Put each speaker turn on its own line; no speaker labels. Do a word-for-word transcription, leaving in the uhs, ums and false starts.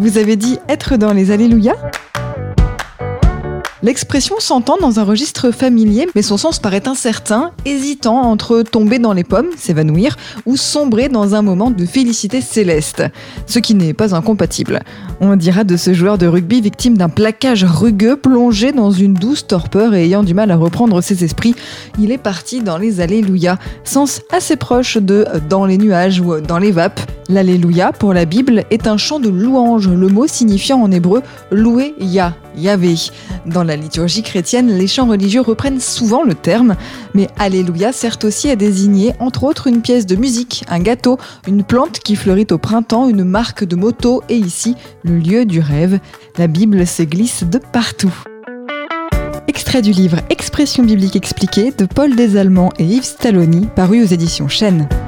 Vous avez dit être dans les Alléluia ? L'expression s'entend dans un registre familier, mais son sens paraît incertain, hésitant entre tomber dans les pommes, s'évanouir, ou sombrer dans un moment de félicité céleste, ce qui n'est pas incompatible. On dira de ce joueur de rugby victime d'un plaquage rugueux, plongé dans une douce torpeur et ayant du mal à reprendre ses esprits, il est parti dans les Alléluia, sens assez proche de dans les nuages ou dans les vapes. L'Alléluia, pour la Bible, est un chant de louange, le mot signifiant en hébreu « louer Yah », Yahvé. Dans la liturgie chrétienne, les chants religieux reprennent souvent le terme, mais Alléluia sert aussi à désigner, entre autres, une pièce de musique, un gâteau, une plante qui fleurit au printemps, une marque de moto et ici, le lieu du rêve. La Bible se glisse de partout. Extrait du livre Expression biblique expliquée de Paul Desallemands et Yves Stalloni, paru aux éditions Chênes.